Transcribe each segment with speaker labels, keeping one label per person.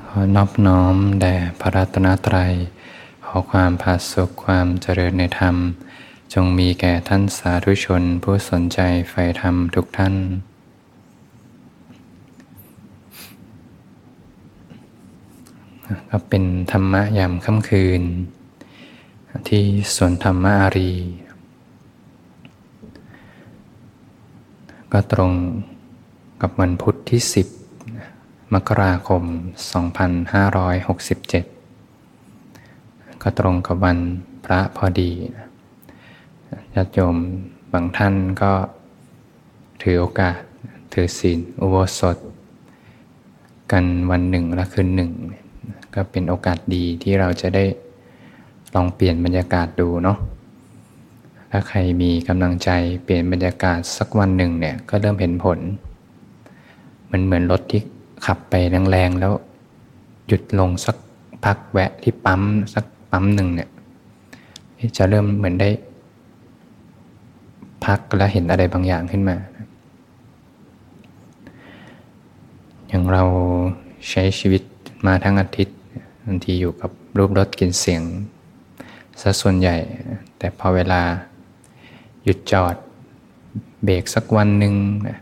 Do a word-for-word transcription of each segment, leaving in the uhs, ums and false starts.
Speaker 1: ขอนอบน้อมแด่พระรัตนตรัยขอความผาสุกความเจริญในธรรมจงมีแก่ท่านสาธุชนผู้สนใจใฝ่ธรรมทุกท่านก็เป็นธรรมะยามค่ำคืนที่สวนธรรมอารีก็ตรงกับวันพุธที่สิบมกราคมสองพันห้าร้อยหกสิบเจ็ดก็ตรงกับวันพระพอดีญาติโยมบางท่านก็ถือโอกาสถือศีลอุโบสถกันวันหนึ่งและคืนหนึ่งก็เป็นโอกาสดีที่เราจะได้ลองเปลี่ยนบรรยากาศดูเนาะถ้าใครมีกำลังใจเปลี่ยนบรรยากาศสักวันหนึ่งเนี่ยก็เริ่มเห็นผลมันเหมือนรถที่ขับไปแรงๆแล้วหยุดลงสักพักแวะที่ปั๊มสักปั๊มหนึ่งเนี่ยจะเริ่มเหมือนได้พักและเห็นอะไรบางอย่างขึ้นมาอย่างเราใช้ชีวิตมาทั้งอาทิตย์บางทีอยู่กับรูปรสกลิ่นเสียงซะส่วนใหญ่แต่พอเวลาหยุดจอดเบรกสักวันหนึ่ง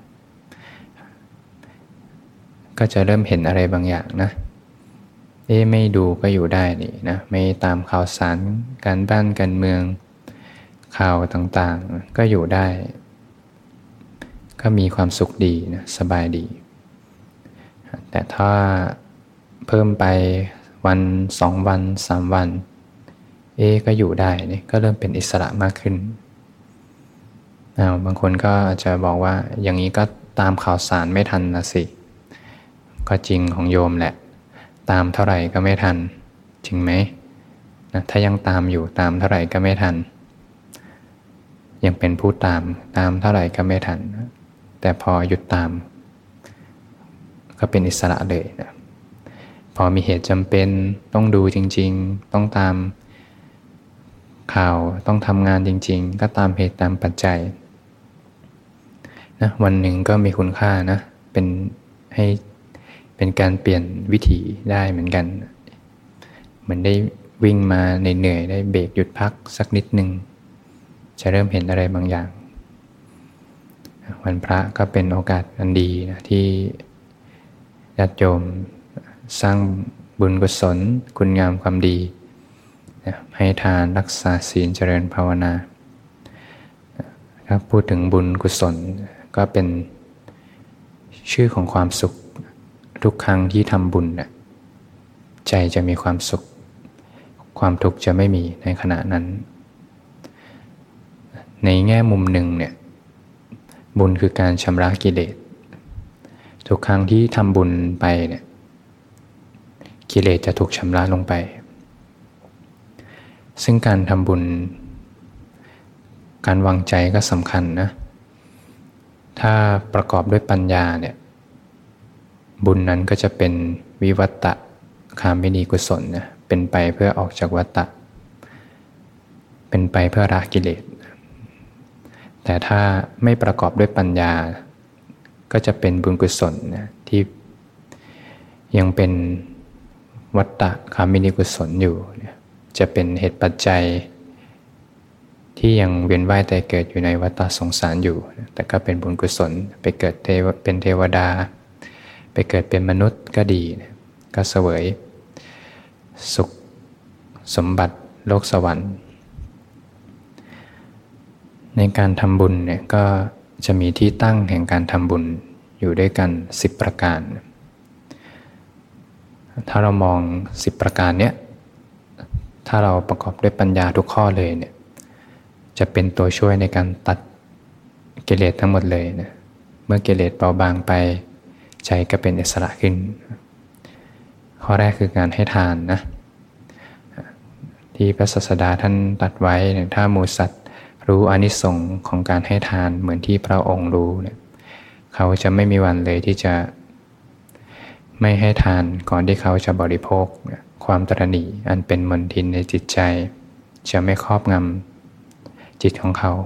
Speaker 1: ก็จะเริ่มเห็นอะไรบางอย่างนะเอ๊ะไม่ดูก็อยู่ได้นี่นะไม่ตามข่าวสารการบ้านการเมืองข่าวต่างๆก็อยู่ได้ก็มีความสุขดีนะสบายดีแต่ถ้าเพิ่มไปวันสองวันสามวันเอ๊ะก็อยู่ได้นี่ก็เริ่มเป็นอิสระมากขึ้นอ้าวบางคนก็อาจจะบอกว่าอย่างนี้ก็ตามข่าวสารไม่ทันนะสิก็จริงของโยมแหละตามเท่าไหร่ก็ไม่ทันจริงไหมนะถ้ายังตามอยู่ตามเท่าไหร่ก็ไม่ทันยังเป็นผู้ตามตามเท่าไหร่ก็ไม่ทันแต่พอหยุดตามก็เป็นอิสระเลยนะพอมีเหตุจำเป็นต้องดูจริงๆต้องตามข่าวต้องทำงานจริงๆก็ตามเหตุตามปัจจัยนะวันหนึ่งก็มีคุณค่านะเป็นให้เป็นการเปลี่ยนวิถีได้เหมือนกันเหมือนได้วิ่งมาเหนื่อยๆได้เบรกหยุดพักสักนิดหนึ่งจะเริ่มเห็นอะไรบางอย่างวันพระก็เป็นโอกาสอันดีนะที่ญาติโยมสร้างบุญกุศลคุณงามความดีให้ทานรักษาศีลเจริญภาวนาถ้าพูดถึงบุญกุศลก็เป็นชื่อของความสุขทุกครั้งที่ทำบุญน่ะใจจะมีความสุขความทุกข์จะไม่มีในขณะนั้นในแง่มุมหนึ่งเนี่ยบุญคือการชำระกิเลสทุกครั้งที่ทำบุญไปเนี่ยกิเลสจะถูกชำระลงไปซึ่งการทำบุญการวางใจก็สำคัญนะถ้าประกอบด้วยปัญญาเนี่ยบุญนั้นก็จะเป็นวิวัตตคามินีกุศลนะเป็นไปเพื่อออกจากวัฏฏะเป็นไปเพื่อละกิเลสแต่ถ้าไม่ประกอบด้วยปัญญาก็จะเป็นบุญกุศลนะที่ยังเป็นวัฏฏะคามินีกุศลอยู่จะเป็นเหตุปัจจัยที่ยังเวียนว่ายตายเกิดอยู่ในวัฏฏะสงสารอยู่แต่ก็เป็นบุญกุศลไปเกิดเทวเป็นเทวดาไปเกิดเป็นมนุษย์ก็ดีก็เสวยสุขสมบัติโลกสวรรค์ในการทำบุญเนี่ยก็จะมีที่ตั้งแห่งการทำบุญอยู่ด้วยกันสิบประการถ้าเรามองสิบประการเนี้ยถ้าเราประกอบด้วยปัญญาทุกข้อเลยเนี่ยจะเป็นตัวช่วยในการตัดกิเลสทั้งหมดเลยนะเมื่อกิเลสเบาบางไปใจก็เป็นอิสระขึ้นข้อแรกคือการให้ทานนะที่พระศาสดาท่านตรัสไว้ถ้าหมู่สัตว์รู้อานิสงส์ของการให้ทานเหมือนที่พระองค์รู้เนี่ยเขาจะไม่มีวันเลยที่จะไม่ให้ทานก่อนที่เขาจะบริโภคความตระหนี่อันเป็นมลทินในจิตใจจะไม่ครอบงำจิตของเขา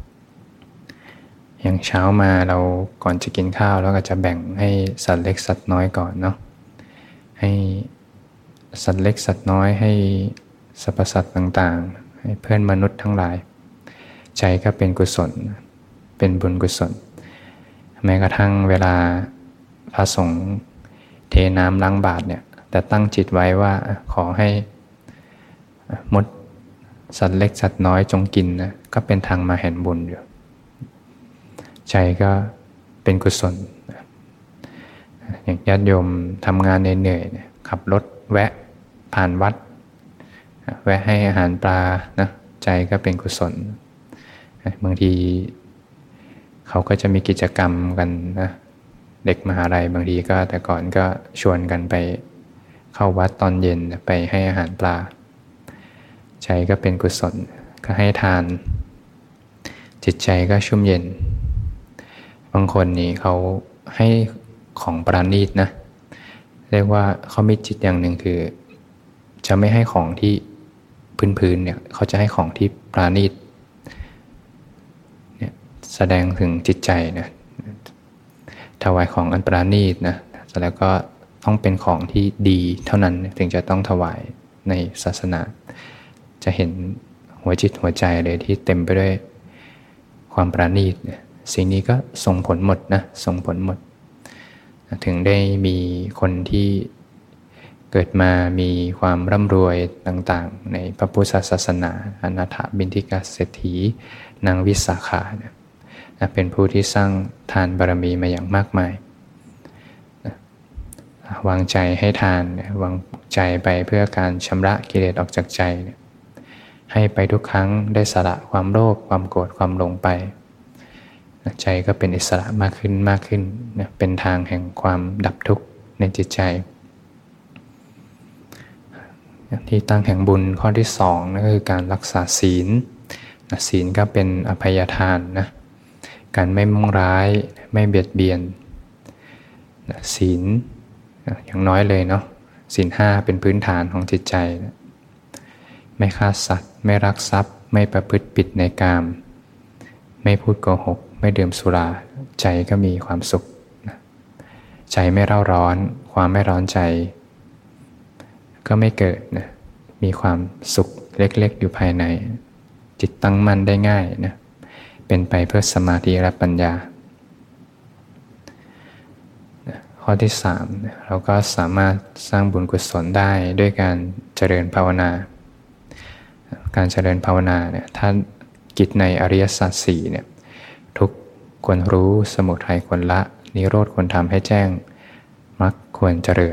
Speaker 1: อย่างเช้ามาเราก่อนจะกินข้าวเราก็จะแบ่งให้สัตว์เล็กสัตว์น้อยก่อนเนาะให้สัตว์เล็กสัตว์น้อยให้สรรพสัตว์ต่างๆให้เพื่อนมนุษย์ทั้งหลายใจก็เป็นกุศลเป็นบุญกุศลแม้กระทั่งเวลาพระสงฆ์เทน้ำล้างบาตรเนี่ยแต่ตั้งจิตไว้ว่าขอให้มดสัตว์เล็กสัตว์น้อยจงกินนะก็เป็นทางมาแห่งบุญอยู่ใจก็เป็นกุศลอย่างญาติโยมทำงานเหนื่อยๆขับรถแวะผ่านวัดแวะให้อาหารปลานะใจก็เป็นกุศลบางทีเขาก็จะมีกิจกรรมกันนะเด็กมหาลัยบางทีก็แต่ก่อนก็ชวนกันไปเข้าวัดตอนเย็นไปให้อาหารปลาใจก็เป็นกุศลก็ให้ทานจิตใจก็ชุ่มเย็นบางคนนี่เขาให้ของปราณีตนะเรียกว่าเขามีจิตอย่างหนึ่งคือจะไม่ให้ของที่พื้นๆเนี่ยเขาจะให้ของที่ปราณีตเนี่ยแสดงถึงจิตใจนะถวายของอันปราณีตนะแล้วก็ต้องเป็นของที่ดีเท่านั้นถึงจะต้องถวายในศาสนาจะเห็นหัวจิตหัวใจเลยที่เต็มไปด้วยความปราณีตเนี่ยสิ่งนี้ก็ส่งผลหมดนะส่งผลหมดถึงได้มีคนที่เกิดมามีความร่ำรวยต่างๆในพระพุทธศาสนาอนาถบิณฑิกเศรษฐีนางวิสาขาเนี่ยเป็นผู้ที่สร้างทานบารมีมาอย่างมากมายวางใจให้ทานวางใจไปเพื่อการชำระกิเลสออกจากใจให้ไปทุกครั้งได้สละความโลภความโกรธความหลงไปใจก็เป็นอิสระมากขึ้นมากขึ้นเป็นทางแห่งความดับทุกข์ในจิตใจที่ตั้งแห่งบุญข้อที่สองนั่นก็คือการรักษาศีลศีลก็เป็นอภัยทานนะการไม่มุ่งร้ายไม่เบียดเบียนศีลอย่างน้อยเลยเนาะศีลห้าเป็นพื้นฐานของจิตใจนะไม่ฆ่าสัตว์ไม่ลักทรัพย์ไม่ประพฤติผิดในกามไม่พูดโกหกไม่ดื่มสุราใจก็มีความสุขนะใจไม่เร่าร้อนความไม่ร้อนใจก็ไม่เกิดนะมีความสุขเล็กๆอยู่ภายในจิตตั้งมั่นได้ง่ายนะเป็นไปเพื่อสมาธิและปัญญาข้อที่สามเราก็สามารถสร้างบุญกุศลได้ด้วยการเจริญภาวนาการเจริญภาวนาเนี่ยถ้ากิจในอริยสัจสี่เนี่ยทุกข์ควรรู้สมุทัยควรละนิโรธควรทำให้แจ้งมรรคควรเจริญ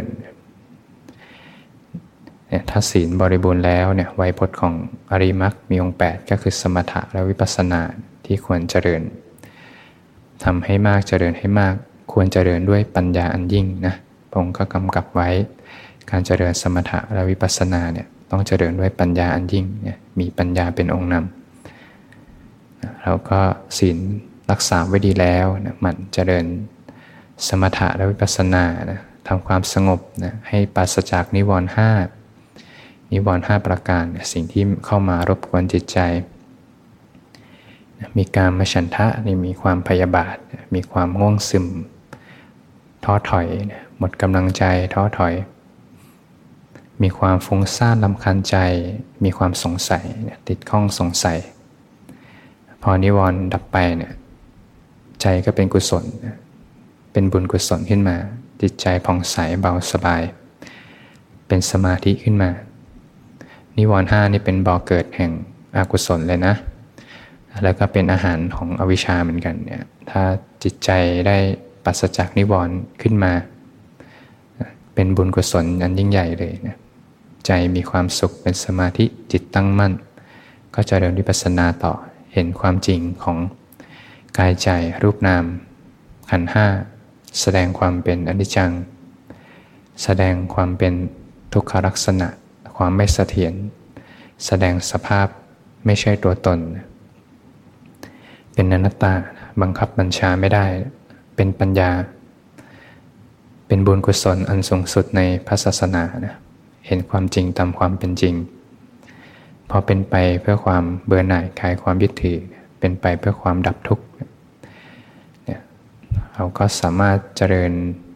Speaker 1: เนี่ยถ้าศีลบริบูรณ์แล้วเนี่ยไวยพจน์ของอริยมรรคมีองค์แปดก็คือสมถะและวิปัสสนาที่ควรเจริญทำให้มากเจริญให้มากควรเจริญด้วยปัญญาอันยิ่งนะพระองค์ก็กำกับไว้การเจริญสมถะและวิปัสสนาเนี่ยต้องเจริญด้วยปัญญาอันยิ่งเนี่ยมีปัญญาเป็นองค์นำแล้วก็ศีลรักษาไว้ดีแล้วนะหมั่นเจริญสมถะและวิปัสสนานะทำความสงบนะให้ปราศจากนิวรณ์ห้านิวรณ์ห้าประการนะสิ่งที่เข้ามารบกวนจิตใจนะมีการมฉันทะนี่มีความพยาบาทนะมีความง่วงซึมท้อถอยนะหมดกำลังใจท้อถอยมีความฟุ้งซ่านรำคาญใจมีความสงสัยเนี่ยติดข้องสงสัยพอนิวรณ์ดับไปเนี่ยใจก็เป็นกุศลเป็นบุญกุศลขึ้นมาจิตใจผ่องใสเบาสบายเป็นสมาธิขึ้นมานิวรณ์ห้านี่เป็นบ่อเกิดแห่งอกุศลเลยนะแล้วก็เป็นอาหารของอวิชชาเหมือนกันเนี่ยถ้าจิตใจได้ปราศจากนิวรณ์ขึ้นมาเป็นบุญกุศลอันยิ่งใหญ่เลยนะใจมีความสุขเป็นสมาธิจิตตั้งมั่นก็จะเริญวิปัสสนาต่อเห็นความจริงของกายใจรูปนามขันธ์ห้าแสดงความเป็นอนิจจังแสดงความเป็นทุกขลักษณะความไม่เสถียรแสดงสภาพไม่ใช่ตัวตนเป็นอนัตตาบังคับบัญชาไม่ได้เป็นปัญญาเป็นบุญกุศลอันสูงสุดในพระศาสนานะเห็นความจริงตามความเป็นจริงพอเป็นไปเพื่อความเบื่อหน่ายคลายความยึดถือเป็นไปเพื่อความดับทุกข์เนี่ยเราก็สามารถเจริญ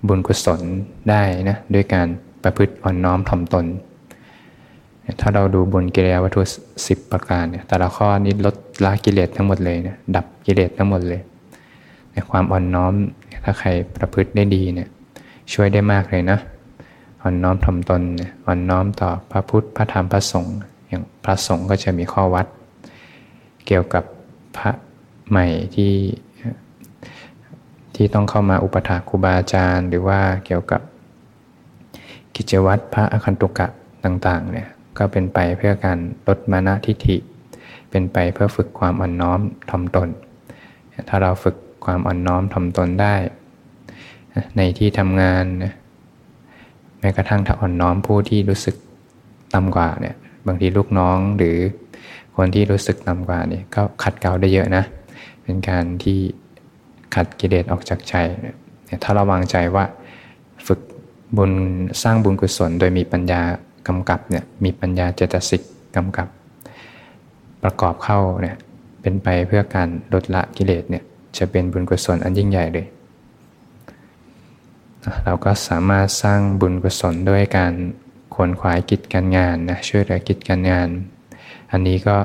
Speaker 1: บุญกุศลได้นะด้วยการประพฤติอ่อนน้อมถ่อมตนถ้าเราดูบุญกิริยาวัตถุสิบประการเนี่ยแต่ละข้อนี้ลดละกิเลสทั้งหมดเลยนะดับกิเลสทั้งหมดเลยในความอ่อนน้อมถ้าใครประพฤติได้ดีเนี่ยช่วยได้มากเลยนะอ่อนน้อมถ่อมตนอ่อนน้อมต่อพระพุทธพระธรรมพระสงฆ์อย่างพระสงฆ์ก็จะมีข้อวัดเกี่ยวกับพระใหม่ที่ที่ต้องเข้ามาอุปถากครูบาอาจารย์หรือว่าเกี่ยวกับกิจวัตรพระอคันตุกะต่างๆเนี่ยก็เป็นไปเพื่อการลดมานะทิฏฐิเป็นไปเพื่อฝึกความอ่อนน้อมถ่อมตนถ้าเราฝึกความอ่อนน้อมถ่อมตนได้ในที่ทำงานแม้กระทั่งถ้าอ่อนน้อมผู้ที่รู้สึกต่ำกว่าเนี่ยบางทีลูกน้องหรือคนที่รู้สึกต่ำกว่านี่ก็ขัดเกลาได้เยอะนะเป็นการที่ขัดกิเลสออกจากใจถ้าเราวางใจว่าฝึกบุญสร้างบุญกุศลโดยมีปัญญากำกับเนี่ยมีปัญญาเจตสิกกำกับประกอบเข้าเนี่ยเป็นไปเพื่อการลดละกิเลสเนี่ยจะเป็นบุญกุศลอันยิ่งใหญ่เลยเราก็สามารถสร้างบุญกุศลด้วยการขวนขวายกิจการงานนะช่วยเหลือกิจการงานอันนี้ก็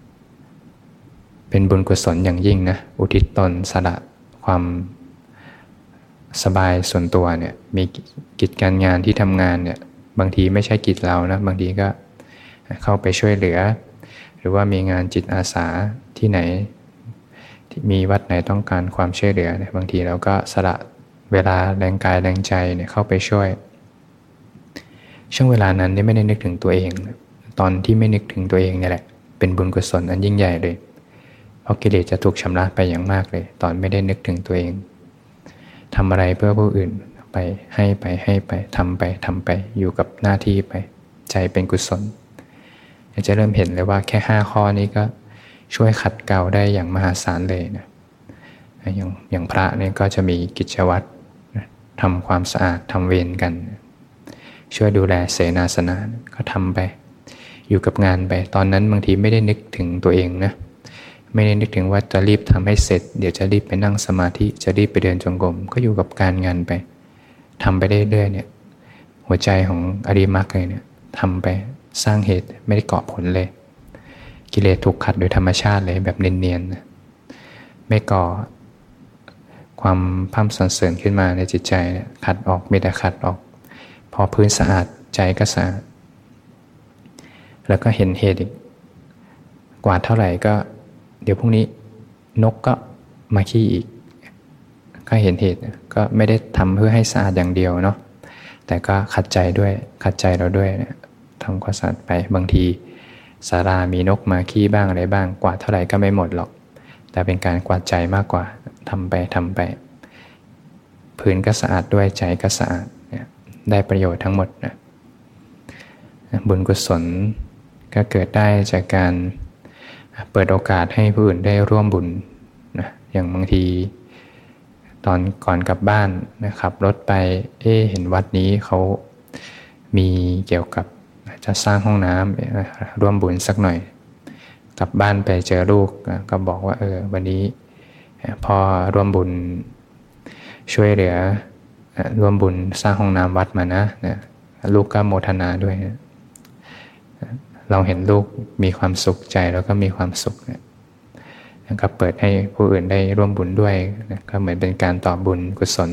Speaker 1: เป็นบุญกุศลอย่างยิ่งนะอุทิศตนสละความสบายส่วนตัวเนี่ยมีกิจการงานที่ทำงานเนี่ยบางทีไม่ใช่กิจเรานะบางทีก็เข้าไปช่วยเหลือหรือว่ามีงานจิตอาสาที่ไหนที่มีวัดไหนต้องการความช่วยเหลือเนี่ยบางทีเราก็สละเวลาแรงกายแรงใจเนี่ยเข้าไปช่วยช่วงเวลานั้นนี่ไม่ได้นึกถึงตัวเองตอนที่ไม่นึกถึงตัวเองเนี่ยแหละเป็นบุญกุศลอันยิ่งใหญ่เลยเพราะกิเลสจะถูกชำระไปอย่างมากเลยตอนไม่ได้นึกถึงตัวเองทำอะไรเพื่อผู้อื่นไปให้ไปให้ไปทำไปทำไปอยู่กับหน้าที่ไปใจเป็นกุศลจะเริ่มเห็นเลยว่าแค่ห้าข้อนี้ก็ช่วยขัดเกลาได้อย่างมหาศาลเลยนะอย่างอย่างพระเนี่ยก็จะมีกิจวัตรทำความสะอาดทำเวรกันช่วยดูแลเสนาสนะก็ทำไปอยู่กับงานไปตอนนั้นบางทีไม่ได้นึกถึงตัวเองนะไม่ได้นึกถึงว่าจะรีบทำให้เสร็จเดี๋ยวจะรีบไปนั่งสมาธิจะรีบไปเดินจงกรมก็อยู่กับการงานไปทำไปเรื่อยๆเนี่ยหัวใจของอริยมรรคเลยเนี่ยทำไปสร้างเหตุไม่ได้เกาะผลเลยกิเลสถูกขัดโดยธรรมชาติเลยแบบเนียนๆนะไม่ก่อความพร่ำสรรเสริญขึ้นมาในจิตใจเนี่ยขัดออกมีแต่ขัดออกพอพื้นสะอาดใจก็สะอาดแล้วก็เห็นเหตุอีกกวาดเท่าไหร่ก็เดี๋ยวพรุ่งนี้นกก็มาขี้อีกก็เห็นเหตุก็ไม่ได้ทำเพื่อให้สะอาดอย่างเดียวเนาะแต่ก็ขัดใจด้วยขัดใจเราด้วยนะทำความสะอาดไปบางทีศาลามีนกมาขี้บ้างอะไรบ้างกวาดเท่าไหร่ก็ไม่หมดหรอกแต่เป็นการกวาดใจมากกว่าทำไปทำไปพื้นก็สะอาดด้วยใจก็สะอาดได้ประโยชน์ทั้งหมดนะบุญกุศลก็เกิดได้จากการเปิดโอกาสให้ผู้อื่นได้ร่วมบุญนะอย่างบางทีตอนก่อนกลับบ้านนะครับรถไปเอ๊ะเห็นวัดนี้เขามีเกี่ยวกับจะสร้างห้องน้ำร่วมบุญสักหน่อยกลับบ้านไปเจอลูกก็บอกว่าเออวันนี้พ่อร่วมบุญช่วยเหลือร่วมบุญสร้างห้องน้ำวัดมานะนะลูกก็โมทนาด้วยนะเราเห็นลูกมีความสุขใจแล้วก็มีความสุขนะก็เปิดให้ผู้อื่นได้ร่วมบุญด้วยนะก็เหมือนเป็นการตอบบุญกุศล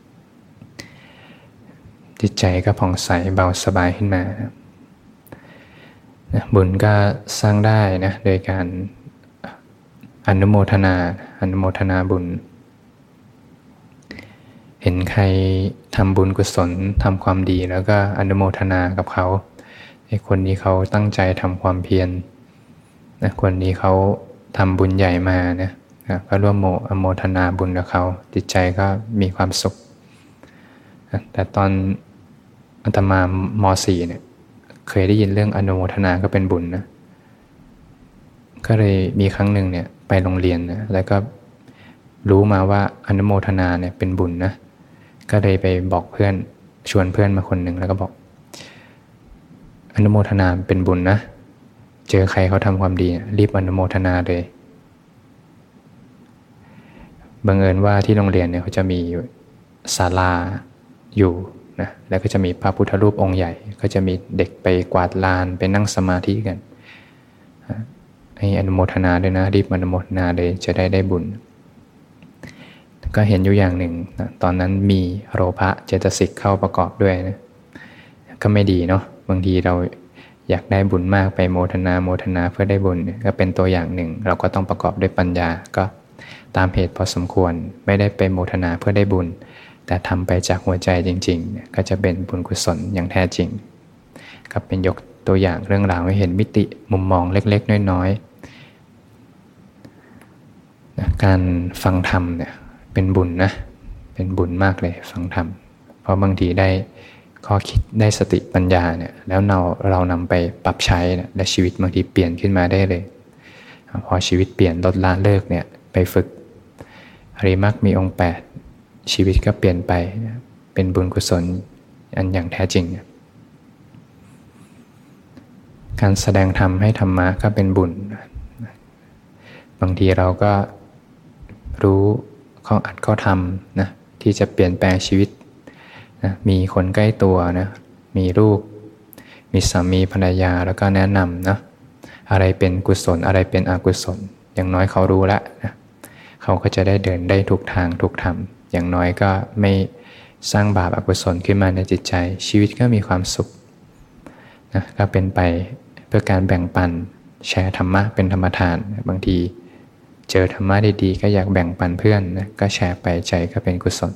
Speaker 1: จิตใจก็ผ่องใสเบาสบายขึ้นมานะบุญก็สร้างได้นะโดยการอนุโมทนาอนุโมทนาบุญเห็นใครทำบุญกุศลทำความดีแล้วก็อนุโมทนากับเขาไอ้คนนี้เขาตั้งใจทำความเพียรนะคนนี้เขาทำบุญใหญ่มานะก็ร่วมโมอนุโมทนาบุญกับเขาจิตใจก็มีความสุขแต่ตอนอาตมาม สี่เนี่ยเคยได้ยินเรื่องอนุโมทนาก็เป็นบุญนะก็เลยมีครั้งหนึ่งเนี่ยไปโรงเรียนนะแล้วก็รู้มาว่าอนุโมทนาเนี่ยเป็นบุญนะก็เลยไปบอกเพื่อนชวนเพื่อนมาคนหนึ่งแล้วก็บอกอนุโมทนาเป็นบุญนะเจอใครเขาทำความดีรีบอนุโมทนาเลยบังเอิญว่าที่โรงเรียนเนี่ยเขาจะมีศาลาอยู่นะแล้วก็จะมีพระพุทธรูปองค์ใหญ่ก็จะมีเด็กไปกวาดลานไปนั่งสมาธิกันให้อนุโมทนาด้วยนะรีบอนุโมทนาเลยจะได้ได้บุญก็เห็นอยู่อย่างหนึ่งนะตอนนั้นมีโลภะเจตสิกเข้าประกอบด้วยนะก็ไม่ดีเนาะบางทีเราอยากได้บุญมากไปโมทนาโมทนาเพื่อได้บุญก็เป็นตัวอย่างหนึ่งเราก็ต้องประกอบด้วยปัญญาก็ตามเหตุพอสมควรไม่ได้ไปโมทนาเพื่อได้บุญแต่ทำไปจากหัวใจจริงๆก็จะเป็นบุญกุศลอย่างแท้จริงก็เป็นยกตัวอย่างเรื่องราวให้เห็นมิติมุมมองเล็กๆน้อยๆการฟังธรรมเนี่ยเป็นบุญนะเป็นบุญมากเลยฟังธรรมเพราะบางทีได้ข้อคิดได้สติปัญญาเนี่ยแล้วเราเรานำไปปรับใช้นะและชีวิตบางทีเปลี่ยนขึ้นมาได้เลยพอชีวิตเปลี่ยนลดละเลิกเนี่ยไปฝึกอริยมรรคมีองค์แปดชีวิตก็เปลี่ยนไปเป็นบุญกุศลอันอย่างแท้จริงการแสดงธรรมให้ธรรมะก็เป็นบุญบางทีเราก็รู้ข้ออัดข้อธรรมนะที่จะเปลี่ยนแปลงชีวิตนะมีคนใกล้ตัวนะมีลูกมีสามีภรรยาแล้วก็แนะนำนะอะไรเป็นกุศลอะไรเป็นอกุศลอย่างน้อยเขารู้แล้วนะเขาก็จะได้เดินได้ถูกทางถูกธรรมอย่างน้อยก็ไม่สร้างบาปอกุศลขึ้นมาในจิตใจชีวิตก็มีความสุขนะก็เป็นไปเพื่อการแบ่งปันแชร์ธรรมะเป็นธรรมทานบางทีเจอธรรมะดีๆก็อยากแบ่งปันเพื่อนนะก็แชร์ไปใจก็เป็นกุศล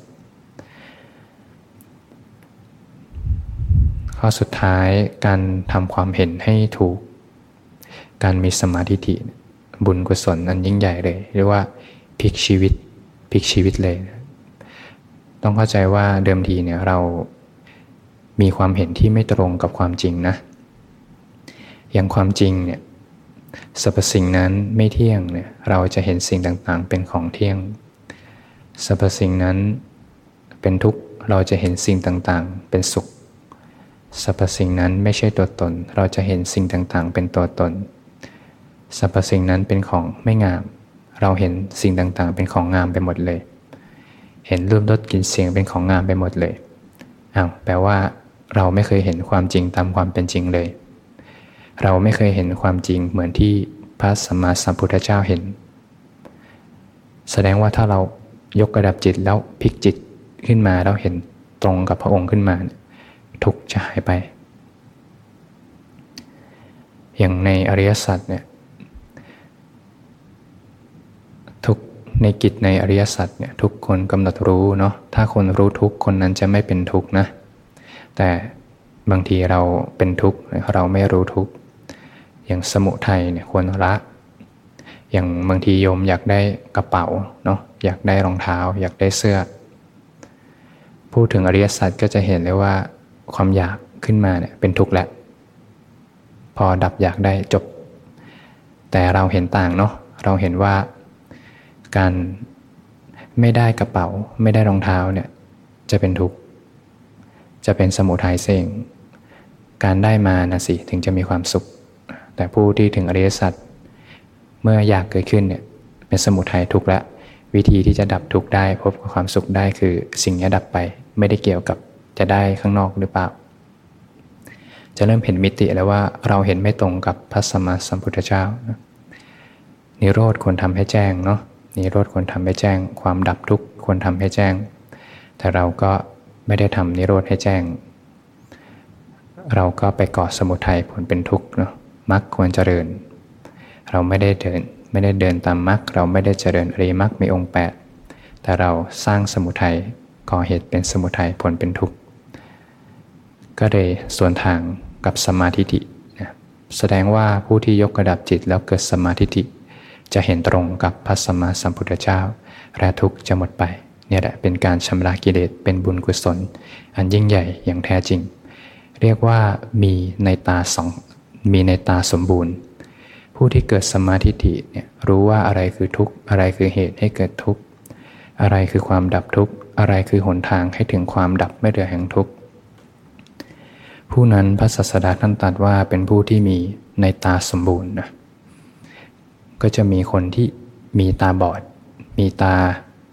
Speaker 1: ข้อสุดท้ายการทำความเห็นให้ถูกการมีสมาธิบุญกุศลอันยิ่งใหญ่เลยเรียกว่าพลิกชีวิตพลิกชีวิตเลยนะต้องเข้าใจว่าเดิมทีเนี่ยเรามีความเห็นที่ไม่ตรงกับความจริงนะอย่างความจริงเนี่ยสรรพสิ่งนั้นไม่เที่ยงเนี่ยเราจะเห็นสิ่งต่างๆเป็นของเที่ยงสรรพสิ่งนั้นเป็นทุกข์เราจะเห็นสิ่งต่างๆเป็นสุขสรรพสิ่งนั้นไม่ใช่ตัวตนเราจะเห็นสิ่งต่างๆเป็นตัวตนสรรพสิ่งนั้นเป็นของไม่งามเราเห็นสิ่งต่างๆเป็นของงามไปหมดเลยเห็นรูปรสกลิ่นเสียงเป็นของงามไปหมดเลยอ้าวแปลว่าเราไม่เคยเห็นความจริงตามความเป็นจริงเลยเราไม่เคยเห็นความจริงเหมือนที่พระสัมมาสัมพุทธเจ้าเห็นแสดงว่าถ้าเรายกระดับจิตแล้วพลิกจิตขึ้นมาแล้วเห็นตรงกับพระองค์ขึ้นมาทุกข์จะหายไปอย่างในอริยสัจเนี่ยทุกในกิจในอริยสัจเนี่ยทุกคนกำหนดรู้เนาะถ้าคนรู้ทุกคนนั้นจะไม่เป็นทุกข์นะแต่บางทีเราเป็นทุกข์เราไม่รู้ทุกข์อย่างสมุทัยเนี่ยควรละอย่างบางทีโยมอยากได้กระเป๋าเนาะอยากได้รองเท้าอยากได้เสื้อพูดถึงอริยสัจก็จะเห็นเลยว่าความอยากขึ้นมาเนี่ยเป็นทุกข์แล้วพอดับอยากได้จบแต่เราเห็นต่างเนาะเราเห็นว่าการไม่ได้กระเป๋าไม่ได้รองเท้าเนี่ยจะเป็นทุกข์จะเป็นสมุทัยเองการได้มานะสิถึงจะมีความสุขแต่ผู้ที่ถึงอริยสัจเมื่ออยากเกิดขึ้นเนี่ยเป็นสมุทัยทุกข์ละวิธีที่จะดับทุกข์ได้พบกับความสุขได้คือสิ่งนี้ดับไปไม่ได้เกี่ยวกับจะได้ข้างนอกหรือเปล่าจะเริ่มเห็นมิติแล้วว่าเราเห็นไม่ตรงกับพระสัมมาสัมพุทธเจ้านิโรธควรทำให้แจ้งเนาะนิโรธควรทำให้แจ้งความดับทุกข์ควรทำให้แจ้งแต่เราก็ไม่ได้ทำนิโรธให้แจ้งเราก็ไปก่อสมุทัยผลเป็นทุกข์เนาะมรรคควรเจริญเราไม่ได้เดินไม่ได้เดินตามมรรคเราไม่ได้เจริญอริยมรรคมีองค์แปดแต่เราสร้างสมุทัยก่อเหตุเป็นสมุทัยผลเป็นทุกข์ก็เลยส่วนทางกับสมาธินะแสดงว่าผู้ที่ยกระดับจิตแล้วเกิดสมาธิจะเห็นตรงกับพระสัมมาสัมพุทธเจ้าและทุกข์จะหมดไปเนี่ยแหละเป็นการชำระกิเลสเป็นบุญกุศลอันยิ่งใหญ่อย่างแท้จริงเรียกว่ามีในตาสองมีในตาสมบูรณ์ผู้ที่เกิดสมาธิเนี่ยรู้ว่าอะไรคือทุกข์อะไรคือเหตุให้เกิดทุกข์อะไรคือความดับทุกข์อะไรคือหนทางให้ถึงความดับไม่เหลือแห่งทุกข์ผู้นั้นพระศาสดาท่านตรัสว่าเป็นผู้ที่มีในตาสมบูรณ์นะก็จะมีคนที่มีตาบอดมีตา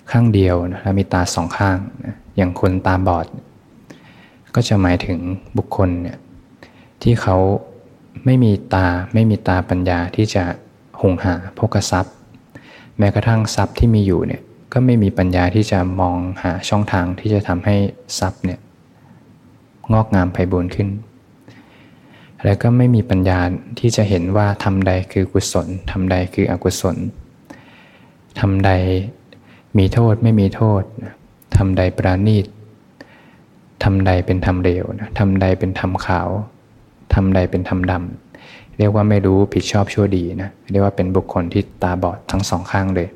Speaker 1: ข้างเดียวนะและมีตาสองข้างนะอย่างคนตาบอดก็จะหมายถึงบุคคลเนี่ยที่เขาไม่มีตาไม่มีตาปัญญาที่จะหุงหาโภคทรัพย์แม้กระทั่งทรัพย์ที่มีอยู่เนี่ยก็ไม่มีปัญญาที่จะมองหาช่องทางที่จะทำให้ทรัพย์เนี่ยงอกงามไพบูลย์ขึ้นแล้วก็ไม่มีปัญญาที่จะเห็นว่าทำใดคือกุศลทำใดคืออกุศลทำใดมีโทษไม่มีโทษทำใดปราณีตทำใดเป็นธรรมเลวทำใดเป็นธรรมขาวทำใดเป็นธรรมดำเรียกว่าไม่รู้ผิดชอบชั่วดีนะเรียกว่าเป็นบุคคลที่ตาบอดทั้งสองข้างเลย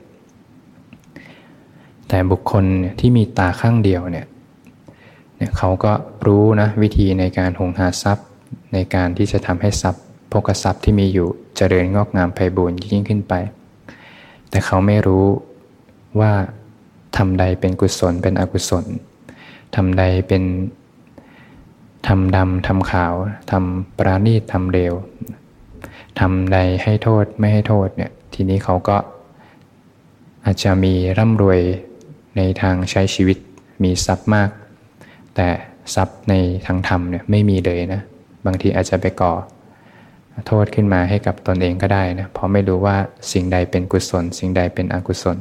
Speaker 1: แต่บุคคลที่มีตาข้างเดียวเนี่ยเนี่ยเขาก็รู้นะวิธีในการหุงหาทรัพย์ในการที่จะทำให้ทรัพย์โภคทรัพย์ที่มีอยู่เจริญงอกงามไพบูลย์ยิ่งขึ้นไปแต่เขาไม่รู้ว่าทำใดเป็นกุศลเป็นอกุศลทำใดเป็นทำดำทำขาวทำปราณีตทำเลวทำใดให้โทษไม่ให้โทษเนี่ยทีนี้เขาก็อาจจะมีร่ำรวยในทางใช้ชีวิตมีทรัพย์มากแต่ทรัพย์ในทางธรรมเนี่ยไม่มีเลยนะบางทีอาจจะไปก่อโทษขึ้นมาให้กับตนเองก็ได้นะเพราะไม่รู้ว่าสิ่งใดเป็นกุศลสิ่งใดเป็นอกุศล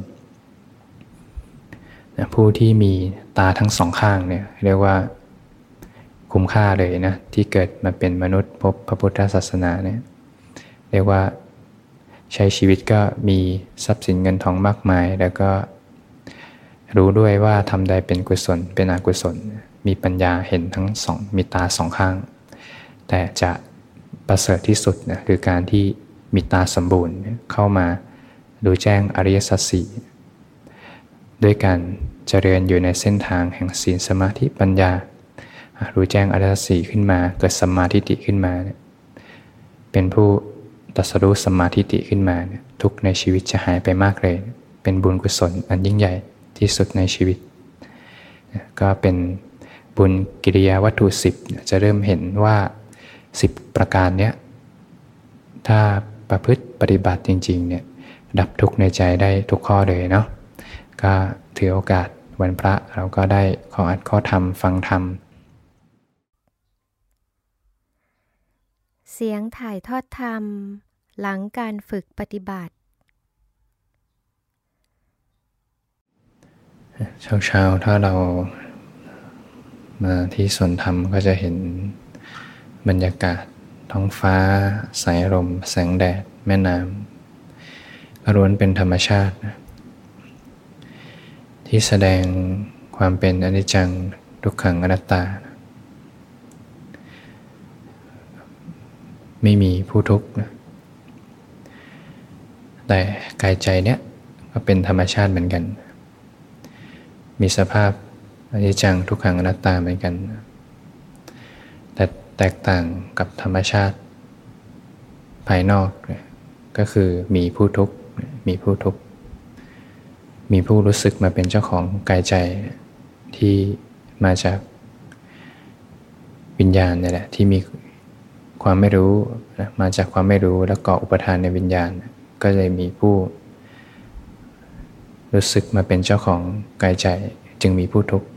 Speaker 1: ผู้ที่มีตาทั้งสองข้างเนี่ยเรียกว่าคุ้มค่าเลยนะที่เกิดมาเป็นมนุษย์พบพระพุทธศาสนาเนี่ยเรียกว่าใช้ชีวิตก็มีทรัพย์สินเงินทองมากมายแล้วก็รู้ด้วยว่าทำใดเป็นกุศลเป็นอกุศลมีปัญญาเห็นทั้งสองมีตาสองข้างแต่จะประเสริฐที่สุดนะคือการที่มีตาสมบูรณ์เข้ามารู้แจ้งอริยสัจสี่ด้วยการเจริญอยู่ในเส้นทางแห่งศีลสมาธิปัญญารู้แจ้งอริยสัจสี่ขึ้นมาเกิดสัมมาทิฏฐิขึ้นมาเนี่ยเป็นผู้ตรัสรู้สัมมาทิฏฐิขึ้นมาเนี่ยทุกในชีวิตจะหายไปมากเลยเป็นบุญกุศลอันยิ่งใหญ่ที่สุดในชีวิตก็เป็นบุญกิริยาวัตถุสิบจะเริ่มเห็นว่าสิบประการเนี้ยถ้าประพฤติปฏิบัติจริงๆเนี่ยดับทุกข์ในใจได้ทุกข้อเลยเนาะก็ถือโอกาสวันพระเราก็ได้ขออัดข้อธรรมฟังธรรม
Speaker 2: เสียงถ่ายทอดธรรมหลังการฝึกปฏิบัติ
Speaker 1: เช้าๆถ้าเรามาที่สวนธรรมก็จะเห็นบรรยากาศท้องฟ้าสายลมแสงแดดแม่น้ำก็ล้วนเป็นธรรมชาตินะที่แสดงความเป็นอนิจจังทุกขังอนัตตาไม่มีผู้ทุกข์นะแต่กายใจเนี้ยก็เป็นธรรมชาติเหมือนกันมีสภาพอนิจจังทุกขังอนัตตาเหมือนกันแต่แตกต่างกับธรรมชาติภายนอกก็คือมีผู้ทุกข์มีผู้ทุกข์มีผู้รู้สึกมาเป็นเจ้าของกายใจที่มาจากวิญญาณนี่แหละที่มีความไม่รู้มาจากความไม่รู้แล้วก็อุปทานในวิญญาณก็เลยมีผู้รู้สึกมาเป็นเจ้าของกายใจจึงมีผู้ทุกข์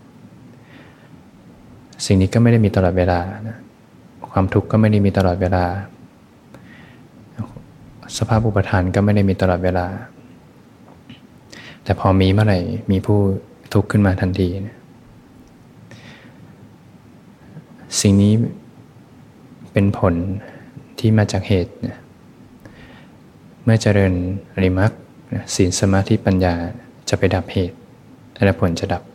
Speaker 1: สิ่งนี้ก็ไม่ได้มีตลอดเวลานะความทุกข์ก็ไม่ได้มีตลอดเวลาสภาพอุปทานก็ไม่ได้มีตลอดเวลาแต่พอมีเมื่อไหร่มีผู้ทุกข์ขึ้นมาทันทีนะสิ่งนี้เป็นผลที่มาจากเหตุนะเมื่อเจริญอริยมรรคศีลสมาธิปัญญาจะไปดับเหตุและผลจะดับ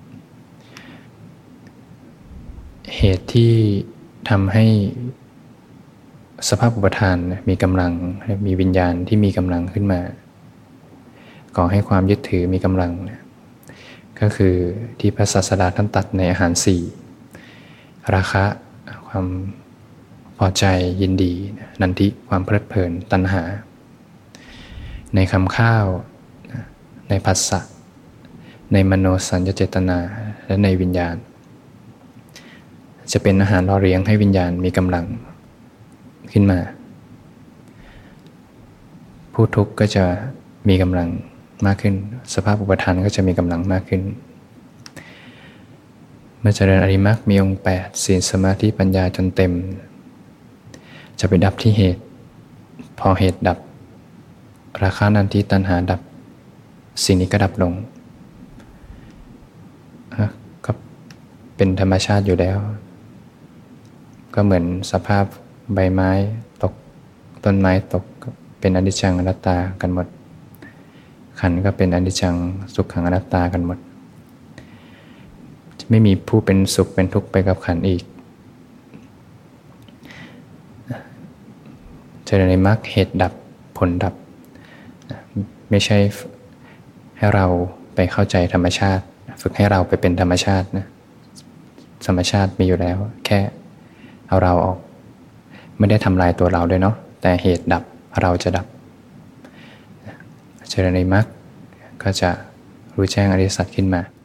Speaker 1: เหตุที่ทำให้สภาพอุปทานมีกำลังมีวิญญาณที่มีกำลังขึ้นมาก่อให้ความยึดถือมีกำลังก็คือที่พระศาสดาท่านตัดในอาหารสี่ราคะความพอใจยินดีนันทิความเพลิดเพลินตัณหาในคำข้าวในผัสสะในมโนสัญญเจตนาและในวิญญาณจะเป็นอาหารล่อเลี้ยงให้วิญญาณมีกำลังขึ้นมาผู้ทุกข์ก็จะมีกำลังมากขึ้นสภาพอุปทานก็จะมีกำลังมากขึ้นเมื่อเจริญอริมักมีองค์แปดศีลสมาธิปัญญาจนเต็มจะไปดับที่เหตุพอเหตุดับราคะนันทิตัณหาดับสิ่งนี้ก็ดับลงก็เป็นธรรมชาติอยู่แล้วก็เหมือนสภาพใบไม้ตกต้นไม้ตกเป็นอนิจจังอนัตตากันหมดขันธ์ก็เป็นอนิจจังสุขขังอนัตตากันหมดไม่มีผู้เป็นสุขเป็นทุกข์ไปกับขันธ์อีกเจริญในมรรคเหตุดับผลดับไม่ใช่ให้เราไปเข้าใจธรรมชาติฝึกให้เราไปเป็นธรรมชาตินะธรรมชาติมีอยู่แล้วแค่เอาเราออกไม่ได้ทำลายตัวเราด้วยเนาะแต่เหตุดับเราจะดับเจริญในมรรคก็จะรู้แจ้งอริยสัจขึ้นมา